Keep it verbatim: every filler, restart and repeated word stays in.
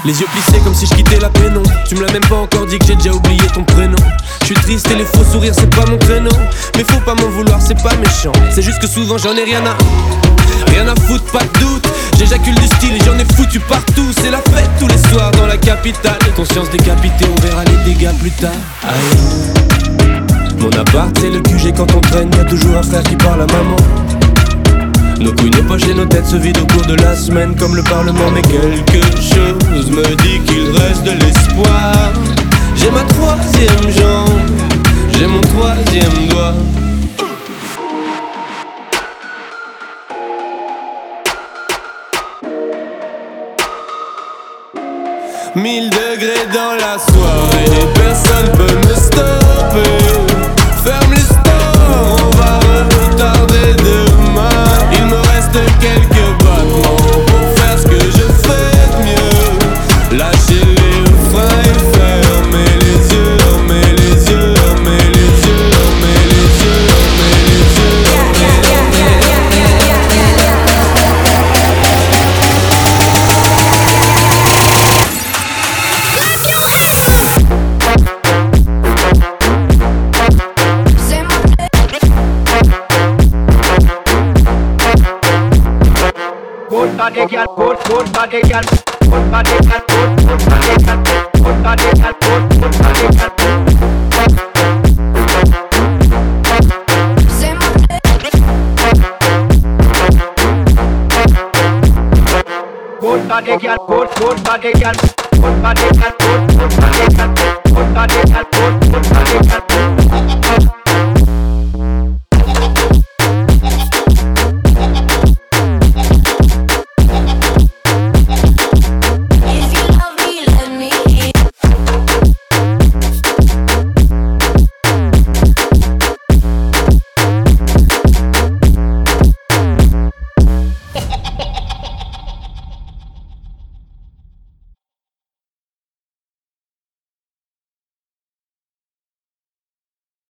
Les yeux plissés comme si je quittais la pénombre. Tu me l'as même pas encore dit que j'ai déjà oublié ton prénom. Je suis triste et les faux sourires c'est pas mon créneau. Mais faut pas m'en vouloir, c'est pas méchant. C'est juste que souvent j'en ai rien à Rien à foutre, pas de doute. J'éjacule du style et j'en ai foutu partout. C'est la fête tous les soirs dans la capitale. Conscience décapitée, on verra les dégâts plus tard. Aïe. Mon appart c'est le Q G quand on traîne. Y'a toujours un frère qui parle à maman. Nos couilles, nos poches et nos têtes se vident au cours de la semaine comme le parlement. Mais quelque chose me dit qu'il reste de l'espoir. J'ai ma troisième jambe, j'ai mon troisième doigt. Mille degrés dans la soirée, personne peut me stopper. Ferme les stores, on va retarder demain. Il me reste quelques battements pour faire ce que je fais de mieux. Lâcher les freins et fermer les yeux, fermer les yeux, fermer les yeux, fermer les yeux, fermer les yeux, fermer les Good body girl, good, good body girl, good body girl, good, good body girl, good body girl, good, good body girl. Good body girl, good, good body girl, good body girl, good, good body girl, good body girl, good, good body girl.